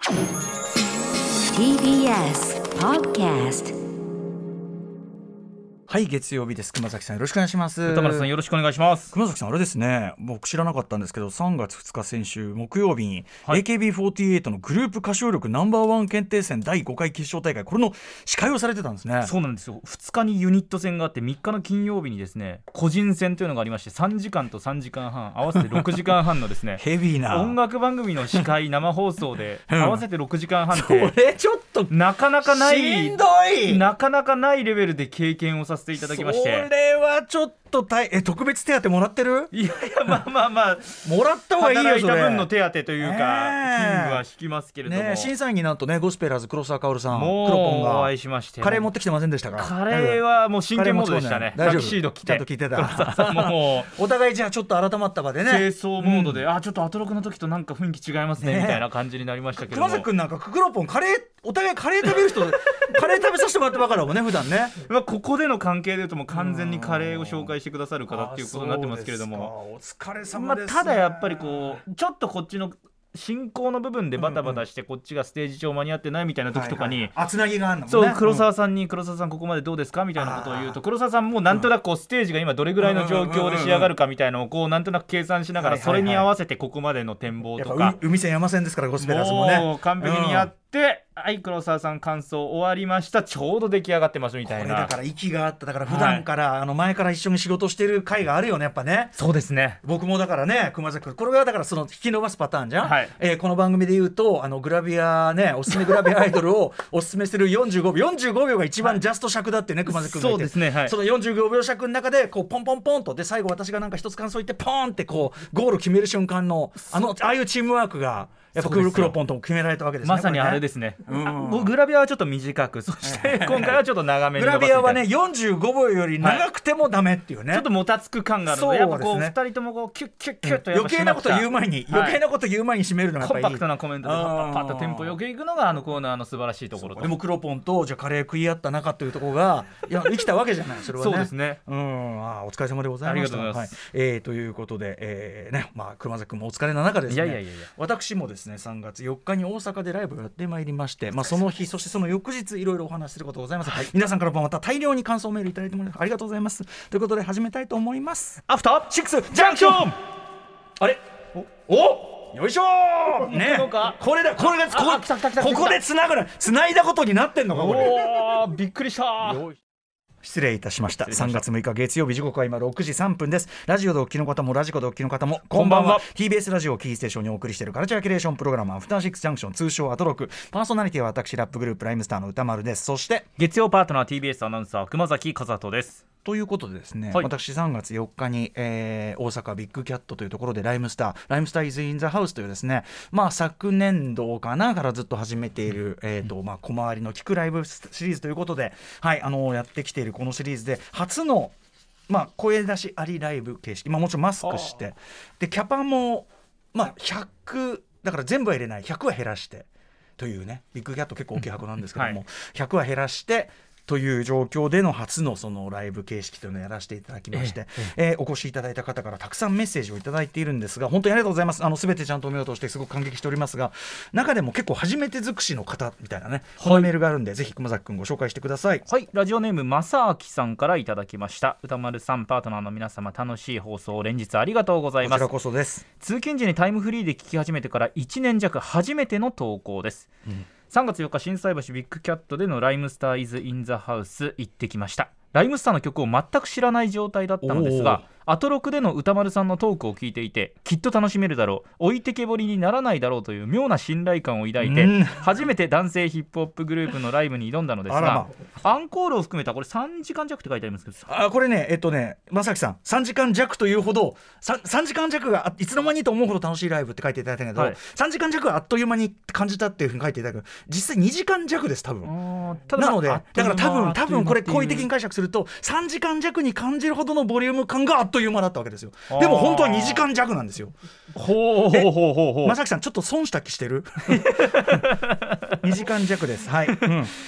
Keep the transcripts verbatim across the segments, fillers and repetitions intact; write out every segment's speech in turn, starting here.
ティービーエス Podcast。 はい、月曜日です。熊崎さんよろしくお願いします。 歌丸さんよろしくお願いします。 熊崎さんあれですね、僕知らなかったんですけどさんがつふつか先週木曜日に、はい、エーケービーフォーティーエイト のグループ歌唱力ナンバーワン検定戦だいごかい決勝大会、これの司会をされてたんですね。 そうなんですよ。ふつかにユニット戦があってみっかの金曜日にですね個人戦というのがありまして、さんじかんとさんじかんはん合わせてろくじかんはんのですねヘビーな音楽番組の司会生放送で合わせてろくじかんはんって、 うん、それちょっとなかなかないしんどいなかなかないレベルで経験をさせていただきまして、 それはちょっと大え特別手当もらってる？ いやいや、まあまあまあもらった方がいいよ。 働いた分の手当というか、 えー、 金は引きますけれども、 ね、審査員になんとねゴスペラーズ黒沢薫さん、 もう黒ポンがお会いしまして、 カレー持ってきてませんでしたか？ カレーはもう真剣モードでしたね。 大丈夫、 タキシード着てちゃんと聞いてた。 さんもお互いじゃあちょっと改まった場でね清掃モードで、 うん、 あちょっとアトロクの時となんか雰囲気違いますね、ねみたいな感じになりましたけども、 熊崎君なんか黒ポンカレーお互いカレー食べる人カレー食べさせてもらってばかりだもんね普段ね。 まあ、ここでの関係でいうともう完全にカレーを紹介してくださる方っていうことになってますけれども、 お疲れ様です、ね。 まあ、ただやっぱりこうちょっとこっちの進行の部分でバタバタしてこっちがステージ上間に合ってないみたいな時とかに、 はいはい、あつなぎがあるのもね。 そう黒沢さんに、うん、黒沢さんここまでどうですかみたいなことを言うと、黒沢さんもなんとなくこうステージが今どれぐらいの状況で仕上がるかみたいなのをこうなんとなく計算しながら、それに合わせてここまでの展望とか、 海線山線ですからゴスペラーズもね、 もう完璧にやって、うん、はい黒沢さん感想終わりました、ちょうど出来上がってますみたいな。 これだから息があった。だから普段から、はい、あの前から一緒に仕事してる回があるよねやっぱね。 そうですね。 僕もだからね熊崎君これがだからその引き伸ばすパターンじゃん、はい、えー、この番組で言うとあのグラビアねおすすめグラビアアイドルをおすすめするよんじゅうごびょうよんじゅうごびょうが一番ジャスト尺だってね、はい、熊崎君が言って、 そうですね、はい、 そのよんじゅうごびょう尺の中でこうポンポンポンとで最後私がなんか一つ感想言ってポーンってこうゴール決める瞬間のあのああいうチームワークがやっぱ黒ポンとも決められたわけですね。 まさにあれですね、 うん、 僕グラビアはちょっと短く、そして今回はちょっと長めに伸ばせて、 グラビアはねよんじゅうごびょうより長くてもダメっていうね、 はい、ちょっともたつく感があるので、やっぱこうふたりともこうキュッキュッキュッとやっぱ余計なこと言う前に、はい、余計なこと言う前に締めるのがやっぱりコンパクトなコメントでパッパッパッとテンポよくいくのがあのコーナーの素晴らしいところと。 でも黒ポンとじゃあカレー食い合った中というところがいや生きたわけじゃないそれはね。 そうですね、 うん、あお疲れ様でございました。 ありがとうございます、 はい、えー、ということで、えーねまあ、熊崎君もお疲れの中ですね。 いやいやいやいや、 私もですねさんがつよっかに大阪でライブをやってまいりまして、まあ、その日そしてその翌日いろいろお話しすることございます、はい、皆さんからもまた大量に感想メールいただいてもありがとうございます。ということで始めたいと思います。 アフターシックスジャンクション。 あれおおよいしょー、ね、これだこれがここ、ここでつなぐのつないだことになってんのかこれ。 おーびっくりした。 失礼いたしました。さんがつむいか月曜日、時刻は今ろくじさんぷんです。ラジオでお聞きの方もラジコでお聞きの方もこんばんは。 ティービーエス ラジオをキーステーションにお送りしているカルチャーキュレーションプログラムアフターシックスジャンクション、通称アトロク。パーソナリティは私ラップグループライムスターの歌丸です。そして月曜パートナー ティービーエス アナウンサー熊崎和人です。 ということでですね、 はい、 私さんがつよっかに、えー、大阪ビッグキャットというところでライムスターライムスターイズインザハウスというですね、まあ、昨年度かなからずっと始めている、えーとまあ、小回りの聞くライブシリーズということで、はい、あのー、やってきているこのシリーズで初の、まあ、声出しありライブ形式、まあ、もちろんマスクしてでキャパも、まあ、ひゃくだから全部は入れないひゃくは減らしてというね、ビッグキャット結構大きい箱なんですけども、はい、ひゃくは減らしてという状況での初のそのライブ形式というのをやらせていただきまして、えええー、お越しいただいた方からたくさんメッセージをいただいているんですが、本当にありがとうございます。あの全てちゃんとお見事してすごく感激しておりますが、中でも結構初めて尽くしの方みたいなね、このメールがあるんで、ぜひ熊崎くんご紹介してください。 はい、ラジオネームまさあきさんからいただきました。歌丸さん、パートナーの皆様、楽しい放送を連日ありがとうございます。 こちらこそです。 通勤時にタイムフリーで聞き始めてからいちねん弱初めての投稿です、うん、さんがつよっか心斎橋ビッグキャットでのライムスターイズインザハウス行ってきました。ライムスターの曲を全く知らない状態だったのですが、アトロクでの歌丸さんのトークを聞いていて、きっと楽しめるだろう、置いてけぼりにならないだろうという妙な信頼感を抱いて、初めて男性ヒップホップグループのライブに挑んだのですが、まあ、アンコールを含めたこれさんじかん弱って書いてありますけど、 あこれねえっとね正木さんさんじかん弱というほど 3, 3時間弱がいつの間にと思うほど楽しいライブって書いていただいたんだけど、はい、さんじかん弱はあっという間に感じたっていうふうに書いていただく、実際にじかん弱です多分。ただなのでだから多分多分これ好意的に解釈するとさんじかん弱に感じるほどのボリューム感があっという間だったわけですよ。でも本当はにじかん弱なんですよ。 ほうほうほうほうほう。 正木さんちょっと損した気してるにじかん弱です。はい、うん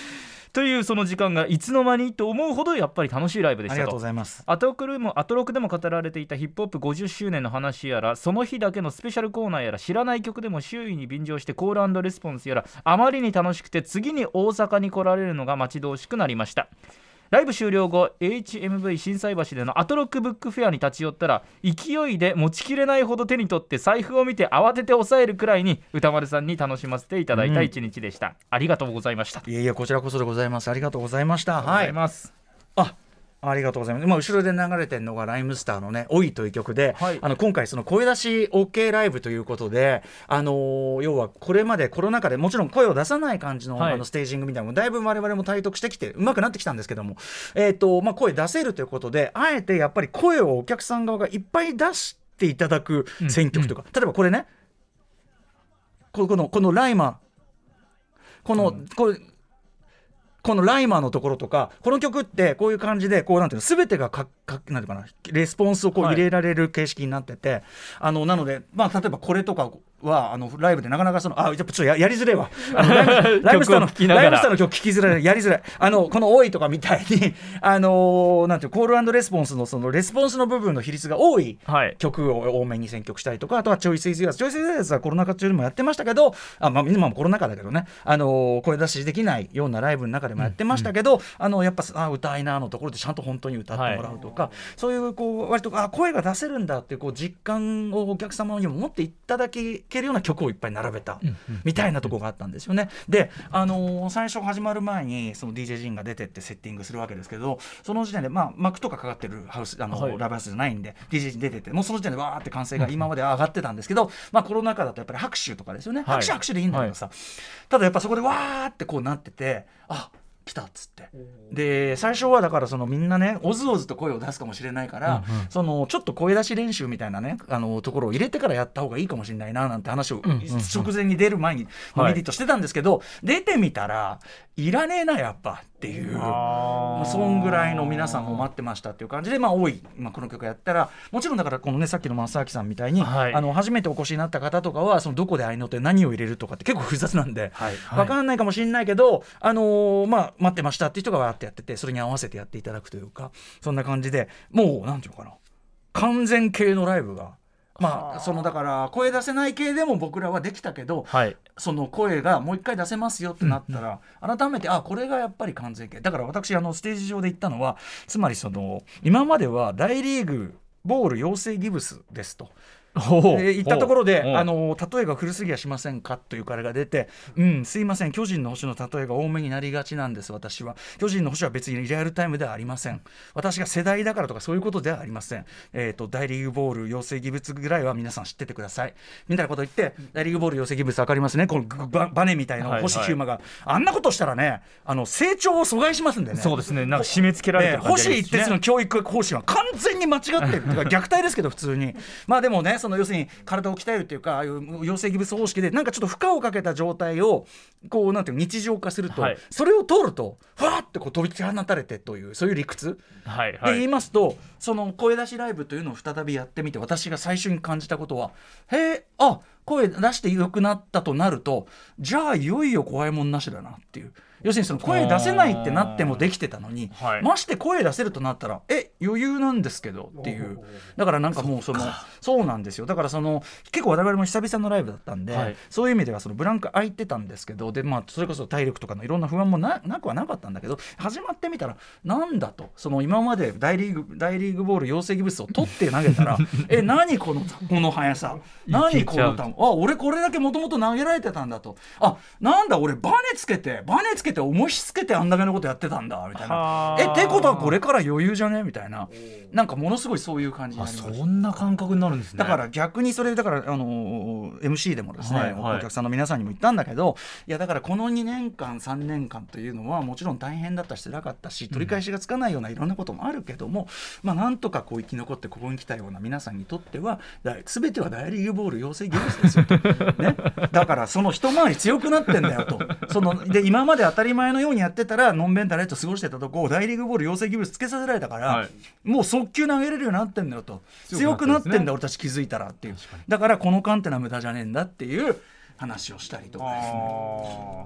というその時間がいつの間にと思うほどやっぱり楽しいライブでしたと。 ありがとうございます。 アトロクでもアトロクでも語られていたヒップホップごじゅっしゅうねんの話やら、その日だけのスペシャルコーナーやら、知らない曲でも周囲に便乗してコール&レスポンスやら、あまりに楽しくて次に大阪に来られるのが待ち遠しくなりました。ライブ終了後 エイチエムブイ 心斎橋でのアトロックブックフェアに立ち寄ったら、勢いで持ちきれないほど手に取って財布を見て慌てて抑えるくらいに歌丸さんに楽しませていただいた一日でした、うん、ありがとうございました。 いやいや、こちらこそでございます。ありがとうございました。 ありがとうございます、 はい、あありがとうございます。今後ろで流れてるのがライムスターのね「おい」という曲で、はい、あの今回その声出し OK ライブということで、あのー、要はこれまでコロナ禍でもちろん声を出さない感じの、はい、あのステージングみたいなのもだいぶ我々も体得してきて上手くなってきたんですけども、えーとまあ、声出せるということで、あえてやっぱり声をお客さん側がいっぱい出していただく選曲とか、うんうん、例えばこれね、このこのライマーこの、うん、これこのライマーのところとか、この曲ってこういう感じでこうなんていうの、全てがかかなんていうかな、レスポンスをこう入れられる形式になってて、はい、あのなので、まあ、例えばこれとかはあのライブでなかなかそのあやっぱちょっと や, やりづれえわあのライムスターのライムスターの曲聴きづらい、やりづらい、あのこの「おい」とかみたいにあのー、なんていうコール&レスポンスのそのレスポンスの部分の比率が多い曲を多めに選曲したりとか、あとはチョイスイズユアーズチョイスイズユアーズはコロナ禍中にもやってましたけど、あ、まあ、今もコロナ禍だけどね、あのー、声出しできないようなライブの中でもやってましたけど、うんうん、あのやっぱあ歌いなのところでちゃんと本当に歌ってもらうとか、はい、そういうこう割とあ声が出せるんだっていうこう実感をお客様にも持っていただけるような曲をいっぱい並べたみたいなところがあったんですよね。で、あのー、最初始まる前にその ディージェー ジンが出てってセッティングするわけですけど、その時点で、まあ、幕とかかかってるハウスあの、はい、ライブハウスじゃないんで ディージェー ジン出てて、もうその時点でわーって歓声が今まで上がってたんですけど、まあ、コロナ禍だとやっぱり拍手とかですよね、拍手拍手でいいんだけどさ、はい、ただやっぱそこでわーってこうなってて、あ来たっつって、で最初はだからそのみんなねおずおずと声を出すかもしれないから、うんうん、そのちょっと声出し練習みたいなねあのところを入れてからやった方がいいかもしれないななんて話を、うんうんうん、直前に出る前にメディットしてたんですけど、はい、出てみたらいらねえなやっぱっていう、まあ、そんぐらいの皆さんも待ってましたっていう感じで、まあ多い、まあ、この曲やったらもちろんだからこのねさっきの正明さんみたいに、はい、あの初めてお越しになった方とかはそのどこで合いの手何を入れるとかって結構複雑なんで、はいはい、分かんないかもしれないけど、あのー、まあ待ってましたっていう人がわーってやってて、それに合わせてやっていただくというか、そんな感じでもうなんていうのかな、完全系のライブがまあそのだから声出せない系でも僕らはできたけど、はい、その声がもう一回出せますよってなったら、うんうん、改めてあこれがやっぱり完全系だから、私あのステージ上で言ったのはつまりその今までは大リーグボール養成ギブスですとえー、言ったところであの例えが古すぎやしませんかというからが出て、うんすいません巨人の星の例えが多めになりがちなんです。私は巨人の星は別にリアルタイムではありません。私が世代だからとかそういうことではありません。えーと大リーグボール養成ギブスぐらいは皆さん知っててくださいみたいなことを言って、大リーグボール養成ギブス分かりますね、このバ, バネみたいな星ヒューマが、はいはい、あんなことしたらねあの成長を阻害しますんでね。 そうですね、なんか締め付けられてる感じですね、 星一徹の教育方針は完全に間違ってる虐待ですけど普通にまあでもねその要するに体を鍛えるっていうか、ああいう養成ギブス方式でなんかちょっと負荷をかけた状態をこうなんていう日常化すると、はい、それを通るとふわーってこう飛び放たれてというそういう理屈、はいはい、で言いますと、その声出しライブというのを再びやってみて私が最初に感じたことは、へえあ声出して良くなったとなるとじゃあいよいよ怖いもんなしだなっていう、要するにその声出せないってなってもできてたのに、はい、まして声出せるとなったらえ余裕なんですけどっていう、だからなんかもうそのそうなんですよ。だからその結構我々も久々のライブだったんで、はい、そういう意味ではそのブランク空いてたんですけど、でまあそれこそ体力とかのいろんな不安も な, なくはなかったんだけど、始まってみたらなんだと、その今まで大リーグ大リーグボール養成ギブスを取って投げたらえ何このこの速さ何この球、あ俺これだけもともと投げられてたんだと、あなんだ俺バネつけてバネつけて重しつけてあんだけのことやってたんだみたいな、えってことはこれから余裕じゃねみたいな、なんかものすごいそういう感じになりました。 そんな感覚になるんですね。 だから逆にそれだからあの エムシー でもですね、はいはい、お客さんの皆さんにも言ったんだけど、いやだからこのにねんかんさんねんかんというのはもちろん大変だったし辛かったし取り返しがつかないようないろんなこともあるけども、うん、まあなんとかこう生き残ってここに来たような皆さんにとっては全ては大リーグボール養成ギブスですよと、ね、だからその一回り強くなってんだよとそので今まで当たり前のようにやってたらのんべんだれと過ごしてたとこを大リーグボール養成ギブスつけさせられたから、はい、もう速球投げれるようになってんだよと、強くなってんだ俺たち気づいたらっていう、だからこのカンテナ無駄じゃねえんだっていう話をしたりとかですね、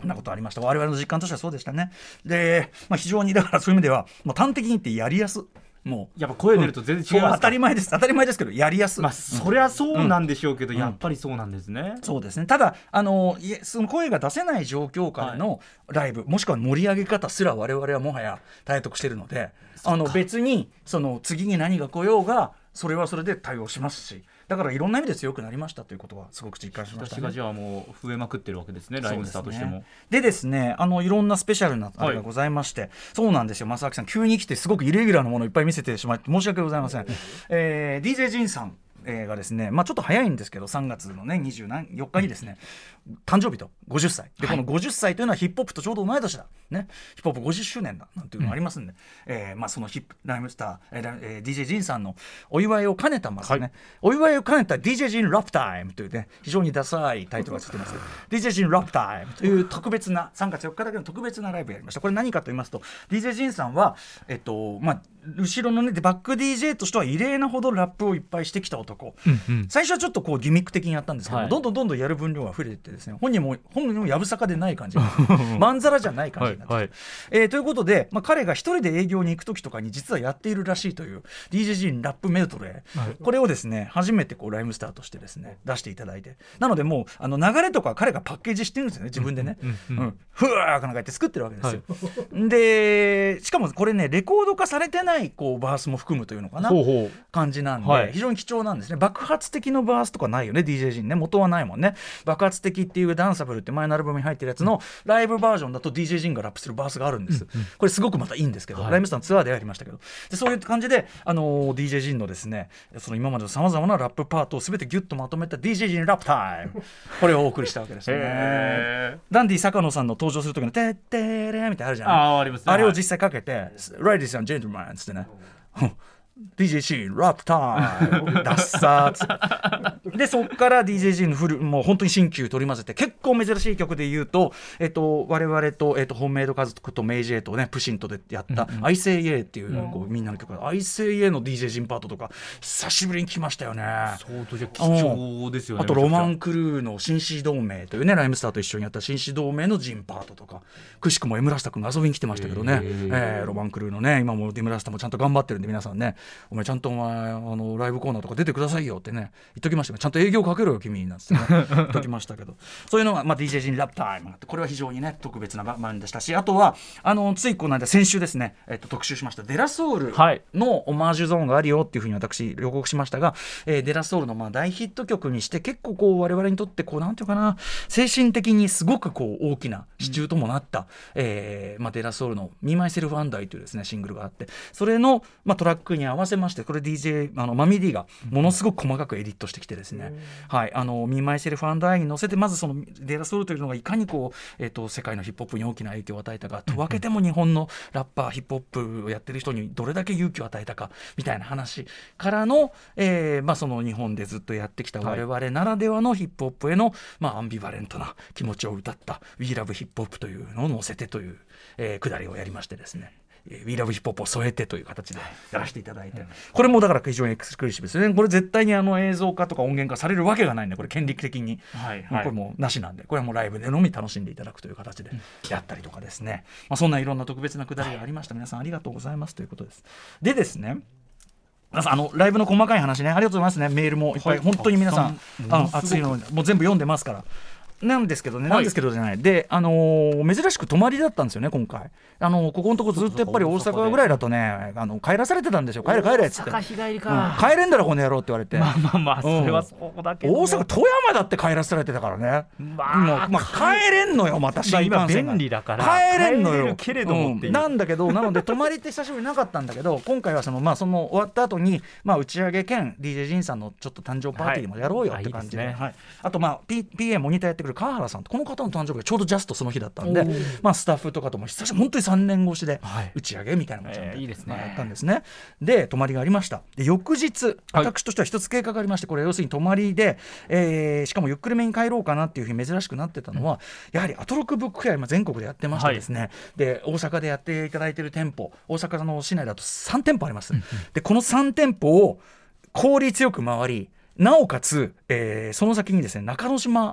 そんなことありました。我々の実感としてはそうでしたね。で、まあ、非常にだからそういう意味では、まあ、端的に言ってやりやすもうやっぱ声出ると全然違いますか、 うん、当たり前です当たり前ですけどやりやす、 まあ、そりゃそうなんでしょうけど、 うん、 やっぱりそうなんですね、 うん、そうですね。ただあのいその声が出せない状況下でのライブ、はい、もしくは盛り上げ方すら我々はもはや体得しているので、あの別にその次に何が来ようがそれはそれで対応しますし、だからいろんな意味で強くなりましたということはすごく実感しましたね。 私がじゃあもう増えまくってるわけですね、ライムスターとしても。 でですね、あのいろんなスペシャルなあれがございまして、はい、そうなんですよ。正明さん急に来てすごくイレギュラーなものをいっぱい見せてしまって申し訳ございません、えー、ディージェー ジンさんえー、がですね、まあ、ちょっと早いんですけどさんがつのねにじゅうよっかにですね誕生日とごじゅっさいで、はい、このごじゅっさいというのはヒップホップとちょうど同い年だ、ね、ヒップホップごじゅっしゅうねんだなんていうのがありますんで、うんえーまあ、そのヒップライムスター、えーえー、ディージェー ジンさんのお祝いを兼ねたますね、はい、お祝いを兼ねた ディージェー ジンラップタイムというね非常にダサいタイトルがついてますディージェー ジンラップタイムという特別なさんがつよっかだけの特別なライブやりました。これ何かと言いますと ディージェー ジンさんは、えっとまあ、後ろのねバック ディージェー としては異例なほどラップをいっぱいしてきた男、うんうん最初はちょっとこうギミック的にやったんですけど、はい、どんどんどんどんやる分量が増えていってですね本人も本人もやぶさかでない感じまんざらじゃない感じになって、はいはいえー、ということで、まあ、彼が一人で営業に行く時とかに実はやっているらしいという ディージェー ジンラップメドレー、はい、これをですね初めてこうライムスターとしてですね出していただいて、なのでもうあの流れとか彼がパッケージしてるんですよね自分でね、うんうんうん、ふわーかなんかやって作ってるわけですよ、はい、でしかもこれねレコード化されてないこうバースも含むというのかなほうほう感じなんで、はい、非常に貴重なんですね。爆発的のバースとかないよね ディージェー ジンね元はないもんね。爆発的っていうダンサブルって前のアルバムに入ってるやつのライブバージョンだと ディージェー ジンがラップするバースがあるんです、うんうん、これすごくまたいいんですけど、はい、ライムスターのツアーでやりましたけどでそういう感じで、あのー、ディージェー ジンのですねその今までのさまざまなラップパートを全てギュッとまとめた ディージェー ジンラップタイムこれをお送りしたわけですねダンディ坂野さんの登場する時のテッテレみたいなのあるじゃん あ, あ, ります、ね、あれを実際かけて、はい、Ladies and Gentlemen つってねディージェー ジンラップタイムダッサーでそっから ディージェー ジンのフルもう本当に新旧取り混ぜて結構珍しい曲で言うと、えっと、我々と、えっと、ホームメイド家族とメイジェイとねプシントでやった「アイセイエー」っていう、こうみんなの曲が「アイセイエー」の ディージェー ジンパートとか久しぶりに聞きましたよね。 相当じゃ貴重ですよね。 あとロマンクルーの紳士同盟というねライムスターと一緒にやった紳士同盟のジンパートとかくしくもエムラスタ君が遊びに来てましたけどね、えーえー、ロマンクルーのね今もエムラスタもちゃんと頑張ってるんで皆さんねお前ちゃんとお前あのライブコーナーとか出てくださいよってね言っときましたけどちゃんと営業かけろよ君なんつってね言っときましたけどそういうのが、まあ、ディージェー ジンラップタイムがあってこれは非常にね特別な番でしたし、あとはあのついこの間先週ですね、えっと、特集しましたデラソウルのオマージュゾーンがあるよっていうふうに私予告しましたが、えー、デラソウルのまあ大ヒット曲にして結構こう我々にとってこうなんていうかな精神的にすごくこう大きな支柱ともなった、うんえーまあ、デラソウルの Me Myself and I というですねシングルがあってそれの、まあ、トラックに合わせましてこれ ディージェー あのマミ D がものすごく細かくエディットしてきてですね、うんはい、あの Me Myself and I に乗せてまずそのデラソウルというのがいかにこう、えー、と世界のヒップホップに大きな影響を与えたかと分けても日本のラッパーヒップホップをやってる人にどれだけ勇気を与えたかみたいな話からの、えーまあ、その日本でずっとやってきた我々ならではのヒップホップへの、まあ、アンビバレントな気持ちを歌った We Love Hip Hop というのを乗せてという、えー、くだりをやりましてですねWe Love Hip Hop を添えてという形でやらせていただいて、はい、これもだから非常にエクスクルーシブですね。これ絶対にあの映像化とか音源化されるわけがないんでこれ権利的に、はいはい、これもなしなんでこれはもうライブでのみ楽しんでいただくという形でやったりとかですね、まあ、そんないろんな特別なくだりがありました。皆さんありがとうございますということです。でですねあのライブの細かい話ねありがとうございますね。メールもいっぱい、はい、本当に皆さんあの熱いのもう全部読んでますからなんですけどね、はい、なんですけどじゃないで、あのー、珍しく泊まりだったんですよね今回、あのー、ここのとこずっとやっぱり大阪ぐらいだとねあの帰らされてたんですよ。帰れ帰れっつって大阪日帰りか、うん、帰れんだろこの野郎って言われてまあまあまあそれはそうだけど、うん、大阪富山だって帰らされてたからね、まあもうまあ、帰れんのよまた新幹線が、まあ、今便利だから帰れんのよけれどもっていう、うん、なんだけどなので泊まりって久しぶりなかったんだけど今回はその、まあ、その終わった後に、まあ、打ち上げ兼 ディージェー ジンさんのちょっと誕生パーティーもやろうよって感じで、はい、あ, いいですねはい、あと、まあ、P、ピーエー モニターやってくる川原さんとこの方の誕生日がちょうどジャストその日だったんで、まあ、スタッフとかとも久しぶり本当にさんねん越しで打ち上げみたいなのをちゃんとやったんですね。で泊まりがありました。で翌日私としては一つ計画がありまして、これ要するに泊まりで、えー、しかもゆっくりめに帰ろうかなっていうふうに珍しくなってたのは、うん、やはりアトロックブックフェア今全国でやってましてですね、はい、で大阪でやっていただいている店舗大阪の市内だとさん店舗あります、うん、でこのさん店舗を効率よく回りなおかつ、えー、その先にですね中之島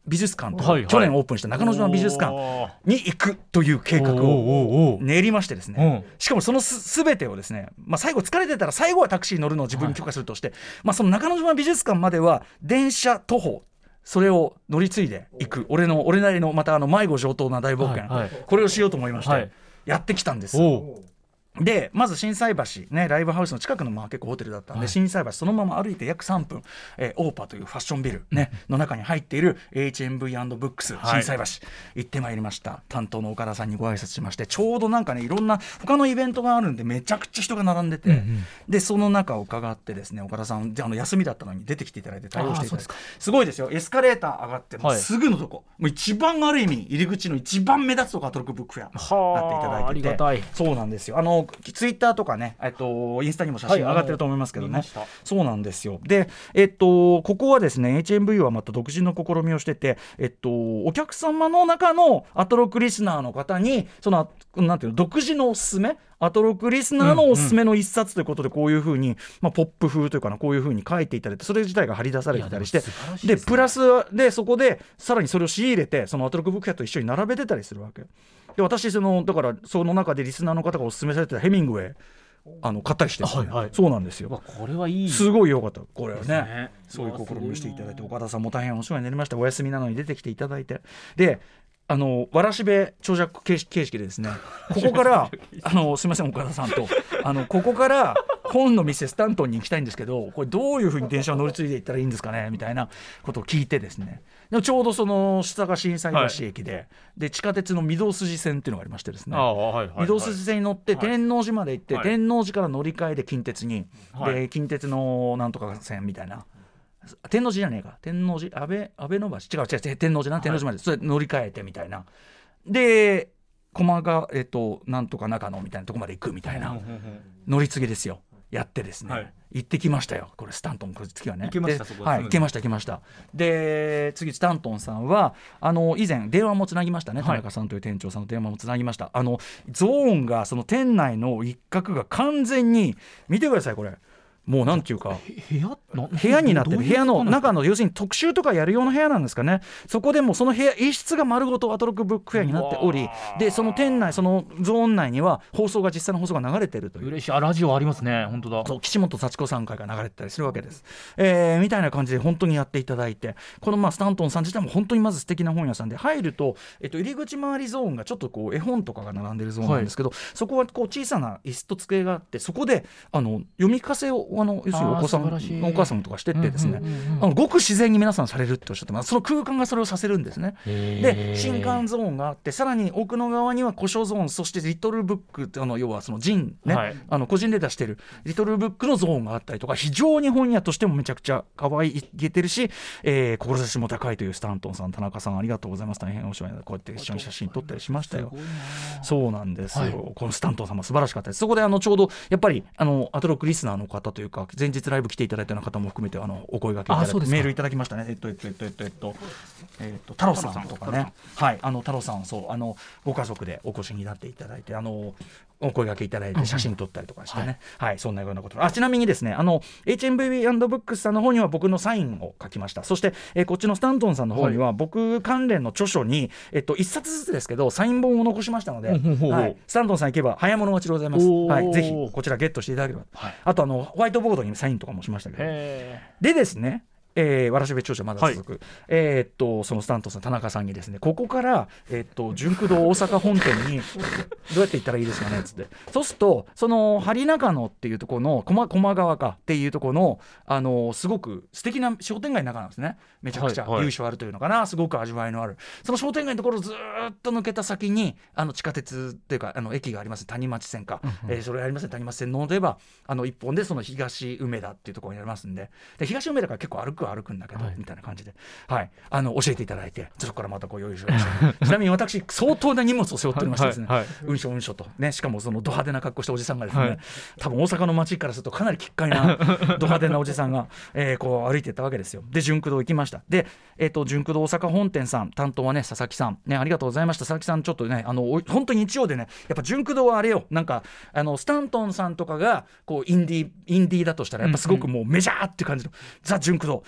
美術館と、 はいはい、 去年オープンした中之島美術館に行くという計画を練りましてですね、しかもそのすべてをですね、まあ、最後疲れてたら最後はタクシーに乗るのを自分に許可するとして、はい、まあ、その中之島美術館までは電車徒歩それを乗り継いでいく俺の俺なりのまたあの迷子上等な大冒険、はいはい、これをしようと思いまして、はい、やってきたんです。でまず心斎橋、ね、ライブハウスの近くのまあ結構ホテルだったんで、はい、心斎橋そのまま歩いて約さんぷん、えー、オーパというファッションビル、ね、の中に入っている エイチエムブイ ブックス心斎橋、はい、行ってまいりました。担当の岡田さんにご挨拶しまして、ちょうどなんかねいろんな他のイベントがあるんでめちゃくちゃ人が並んでて、うんうん、でその中を伺ってですね、岡田さんあの休みだったのに出てきていただいて対応していただいて、 す, すごいですよ。エスカレーター上がってもうすぐのとこ、はい、もう一番ある意味入り口の一番目立つとこアトロックブックフェアやっていただいてて、ありがたい。そうなんですよ。あのツイッターとかね、えっと、インスタにも写真上がってると思いますけどね、はい、そうなんですよ。で、えっと、ここはですね エイチエムブイ はまた独自の試みをしてて、えっと、お客様の中のアトロックリスナーの方にそのなんていうの独自のおすすめアトロックリスナーのおすすめの一冊ということで、こういう風に、まあ、ポップ風というかな、こういう風に書いていただいて、それ自体が貼り出されてたりして、でプラスでそこでさらにそれを仕入れてそのアトロックブックフェアと一緒に並べてたりするわけで、私そのだからその中でリスナーの方がおすすめされてたヘミングウェイあの買ったりして、ね、はいはい、そうなんですよ。 これはいい、 すごい良かった。これは ね, ねそういう試みをしていただいて、岡田さんも大変お世話になりました。お休みなのに出てきていただいて、であのわらしべ長尺形式でですね、ここからあのすみません岡田さんとあのここから本の店スタントンに行きたいんですけど、これどういう風に電車を乗り継いでいったらいいんですかねみたいなことを聞いてですね、でもちょうどその下が心斎橋駅 で,、はい、で地下鉄の御堂筋線っていうのがありましてですね、はいはいはい、御堂筋線に乗って天王寺まで行って、はい、天王寺から乗り換えで近鉄に、はい、で近鉄のなんとか線みたいな、天王寺じゃねえか天王寺安倍安倍の橋違う違う天王寺な天王寺まで、はい、それ乗り換えてみたいなで駒がえっとなんとか中野みたいなとこまで行くみたいな乗り継ぎですよ。やってですね、はい、行ってきましたよ。これスタントンこれ次はね行けました。そこはい、行けました行けましたで次スタントンさんはあの以前電話もつなぎましたね、田中さんという店長さんの電話もつなぎました。あのゾーンがその店内の一角が完全に見てください。これもうなんていうか部屋部屋になってる、部屋の中の要するに特集とかやるような部屋なんですかね。そこでもその部屋一室が丸ごとアトロックブックフェアになっており、でその店内そのゾーン内には放送が実際の放送が流れてるという、 嬉しい。あラジオありますね。本当だ。 そう岸本幸子さん会が流れてたりするわけです、えー、みたいな感じで本当にやっていただいて、このまあスタントンさん自体も本当にまず素敵な本屋さんで、入ると、えっと、入り口周りゾーンがちょっとこう絵本とかが並んでるゾーンなんですけど、はい、そこはこう小さな椅子と机があって、そこであの読み聞かせをあの要するにお子さんお母さんとかしてってですね、うんうんうんうん、あのごく自然に皆さんされるっておっしゃってます。その空間がそれをさせるんですね。で新刊ゾーンがあって、さらに奥の側には古書ゾーン、そしてリトルブックってあの要はそのジンね、はい、あの個人で出してるリトルブックのゾーンがあったりとか、非常に本屋としてもめちゃくちゃ可愛いげてるし、えー、志も高いというスタントンさん、田中さんありがとうございます。大変お世話になってこうやって一緒に写真撮ったりしましたよ。そうなんですよ、はい、このスタントンさんも素晴らしかったです。そこであのちょうどやっぱりあのアトロックリスナーの方というか前日ライブ来ていただいたような方も含めてあのお声掛けいただいてメールいただきましたね。えっとえっとえっとえっとえっとえっと太郎さんとかね、はい、あの太郎さんそうあのご家族でお越しになっていただいて、あのお声掛けいただいて写真撮ったりとかしてね、うんうん、はい、はい、そんなようなこと。あちなみにですね、あの エイチエムブイ ブックスさんの方には僕のサインを書きました。そして、えー、こっちのスタントンさんの方には僕関連の著書に、えっと、いっさつずつですけどサイン本を残しましたので、はい、スタントンさん行けば早物勝ちでございます、はい、ぜひこちらゲットしていただければ、はい、あとあのホワイトボードにサインとかもしましたけど、でですね、えー、わらしべ長者まだ続く、はい、えー、っとそのスタントンさん田中さんにですね、ここから、えー、っと純駆動大阪本店にどうやって行ったらいいですかねっつって、そうするとその針中野っていうところの駒駒川かっていうところの、あのー、すごく素敵な商店街の中なんですね。めちゃくちゃ由緒あるというのかな、はいはい、すごく味わいのあるその商店街のところをずっと抜けた先にあの地下鉄っていうかあの駅があります。谷町線か、うんうん、えー、それありますね。谷町線乗ればあの一本でその東梅田っていうところにありますんで、で東梅田から結構歩く歩くんだけど、はい、みたいな感じで、はい、あの教えていただいて、そこからまたこう用意しましたちなみに私相当な荷物を背負っておりましてですね、はいはい、うんしょうんしょとね、しかもそのド派手な格好したおじさんがですね、はい、多分大阪の街からするとかなり奇怪なド派手なおじさんが、えー、こう歩いていったわけですよ。で純駆動行きました。で、えー、と純駆動大阪本店さん担当はね佐々木さんね、ありがとうございました。佐々木さんちょっとねあの本当に日曜でね、やっぱ純駆動はあれよ、なんかあのスタントンさんとかがこうインディーインディーだとしたらやっぱすごくもうメジャーっていう感じの、うんうん、ザ純駆動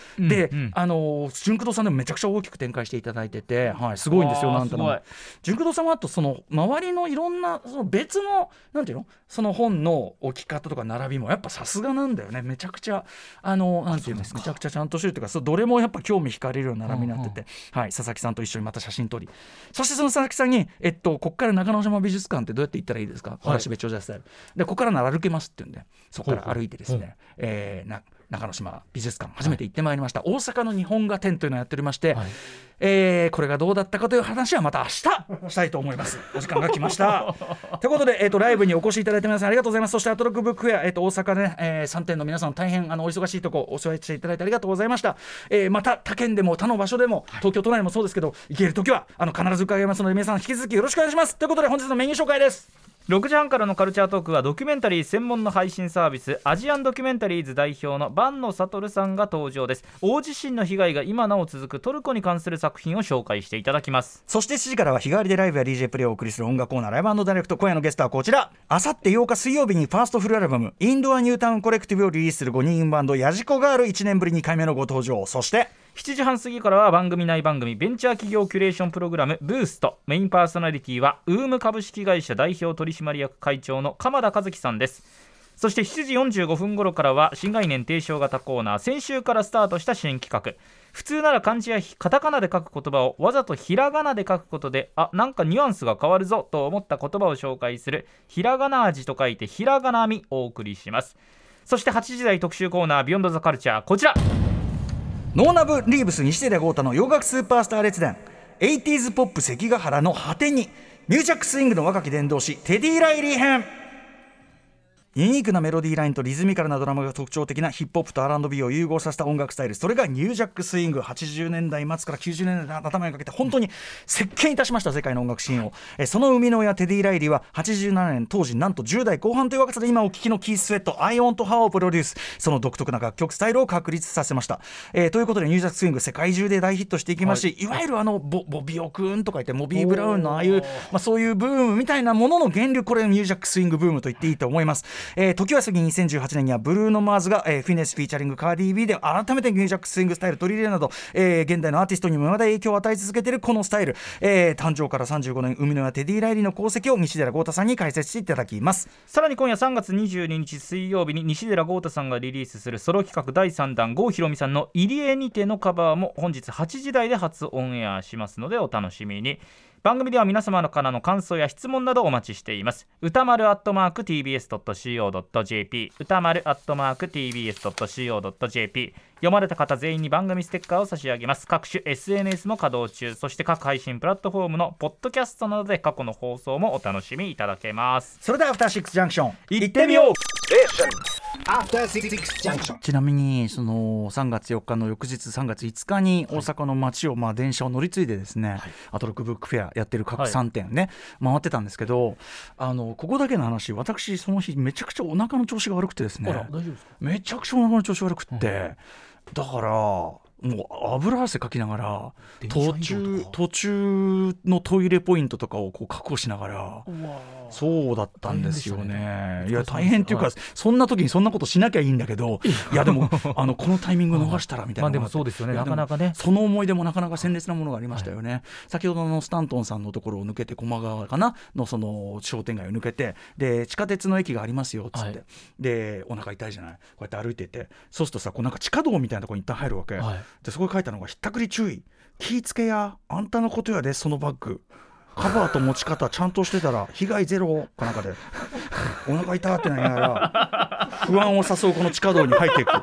うん、で、 うん、 あの純駆動さんでもめちゃくちゃ大きく展開していただいてて、はい、すごいんですよ。なんとも純駆動さんはあとその周りのいろんなその別のなんていうのその本の置き方とか並びもやっぱさすがなんだよね。めちゃくちゃあのなんていうのめちゃくちゃちゃんとしてるというか、そどれもやっぱ興味惹かれるような並びになってて、うんうん、はい、佐々木さんと一緒にまた写真撮り、そしてその佐々木さんに、えっと、ここから中之島美術館ってどうやって行ったらいいですか、私別長者スタイルで、ここからなら歩けますって言うんで、そこから歩いてですね、ほうほう、えー、な中之島美術館初めて行ってまいりました、はい、大阪の日本画展というのをやっておりまして、はい、えー、これがどうだったかという話はまた明日したいと思います。お時間が来ましたということで、えー、とライブにお越しいただいて皆さんありがとうございます。そしてアトロックブックフェア、えー、と大阪ね、えー、さんてんの皆さん大変あのお忙しいとこお世話していただいてありがとうございました、えー、また他県でも他の場所でも東京都内もそうですけど、行けるときはあの必ず伺いますので、皆さん引き続きよろしくお願いします。ということで本日のメニュー紹介です。 ろくじはんからのカルチャートークはドキュメンタリー専門の配信サービスアジアンドキュメンタリーズ代表の坂野悟さんが登場です。大地震の被害が今なお続くトルコに関する作品を紹介していただきます。 そしてしちじからは日替わりでライブや ディージェー プレイをお送りする音楽コーナーライブ&ダイレクト。今夜のゲストはこちら。あさってようか水曜日にファーストフルアルバムインドアニュータウンコレクティブをリリースするごにんバンドヤジコガール、いちねんぶりにかいめのご登場。そしてしちじはん過ぎからは番組内番組ベンチャー企業キュレーションプログラムブースト。メインパーソナリティはウーム株式会社代表取締役会長の鎌田和樹さんです。そしてしちじよんじゅうごふん頃からは新概念提唱型コーナー、先週からスタートした新企画、普通なら漢字やカタカナで書く言葉をわざとひらがなで書くことで、あ、なんかニュアンスが変わるぞと思った言葉を紹介するひらがな味と書いてひらがなみをお送りします。そしてはちじ台特集コーナービヨンドザカルチャー、こちらノーナブリーブス西寺豪太の洋楽スーパースター列伝、エイティーズポップ関ヶ原の果てに、ミュージャックスイングの若き伝道師テディ・ライリー編。ユニークなメロディーラインとリズミカルなドラムが特徴的なヒップホップと アールアンドビー を融合させた音楽スタイル、それがニュージャックスイング。はちじゅうねんだい末からきゅうじゅうねんだいの頭にかけて本当に席巻いたしました世界の音楽シーンを。えその生みの親テディ・ライリーははちじゅうななねん、当時なんとじゅう代後半という若さで今お聴きのキース・スウェット I Want Her をプロデュース。その独特な楽曲スタイルを確立させました、えー、ということでニュージャックスイング世界中で大ヒットしていきますし、はい、いわゆるあの ボ, ボビオくんとか言ってモビー・ブラウンのああいう、まあ、そういうブームみたいなものの源流、これニュージャックスイングブームと言っていいと思います、えー、時は過ぎにせんじゅうはちねんにはブルーノ・マーズが、えー、フィネスフィーチャリングカーディー・ビーで改めてニュージャックスイングスタイル取り入れるなど、えー、現代のアーティストにもまだ影響を与え続けているこのスタイル、えー、誕生からさんじゅうごねん、生みの親テディ・ライリーの功績を西寺豪太さんに解説していただきます。 さらに今夜さんがつにじゅうににち水曜日に西寺豪太さんがリリースするソロ企画だいさんだん、郷ひろみさんの入江にてのカバーも本日はちじ台で初オンエアしますのでお楽しみに。番組では皆様からの感想や質問などお待ちしています。歌丸アットマーク ティービーエスドットシーオードットジェーピー 歌丸アットマーク ティービーエスドットシーオードットジェーピー 読まれた方全員に番組ステッカーを差し上げます。各種 エスエヌエス も稼働中、そして各配信プラットフォームのポッドキャストなどで過去の放送もお楽しみいただけます。 それではアフターシックスジャンクション行ってみよう。 アフターシックスジャンクション。ちなみにそのさんがつよっかの翌日さんがついつかに大阪の街をまあ電車を乗り継いでですね、はい、アトロックブックフェアやってる各さんてんね、はい、回ってたんですけど、あのここだけの話、私その日めちゃくちゃお腹の調子が悪くてですね、 あら大丈夫ですか？めちゃくちゃお腹の調子悪くって、うん、だからもう油汗かきながら途中途中のトイレポイントとかをこう確保しながら、そうだったんですよ ね, ねいや大変っていうか、はい、そんな時にそんなことしなきゃいいんだけどいやでもあのこのタイミング逃したらみたいな、まあでもそうですよね、なかなかね、 その思い出もなかなか鮮烈なものがありましたよね、はい、先ほどのスタントンさんのところを抜けて駒川かなのその商店街を抜けて、で地下鉄の駅がありますよっつって、はい、でお腹痛いじゃない、こうやって歩いてて、そうするとさこうなんか地下道みたいなところに一旦入るわけ、はい、でそこに書いたのがひったくり注意、気ぃつけや、あんたのことやで、そのバッグカバーと持ち方ちゃんとしてたら被害ゼロかなんかでお腹痛ってなりながら不安を誘うこの地下道に入っていく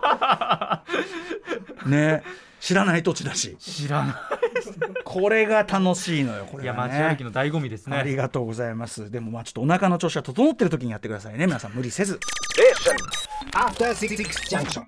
ね、知らない土地だし、 知らないこれが楽しいのよこれ、ね、 いや街歩きの醍醐味ですね。 ありがとうございます。でもまあちょっとお腹の調子が整ってる時にやってくださいね、皆さん無理せず。After シックスジャンクション。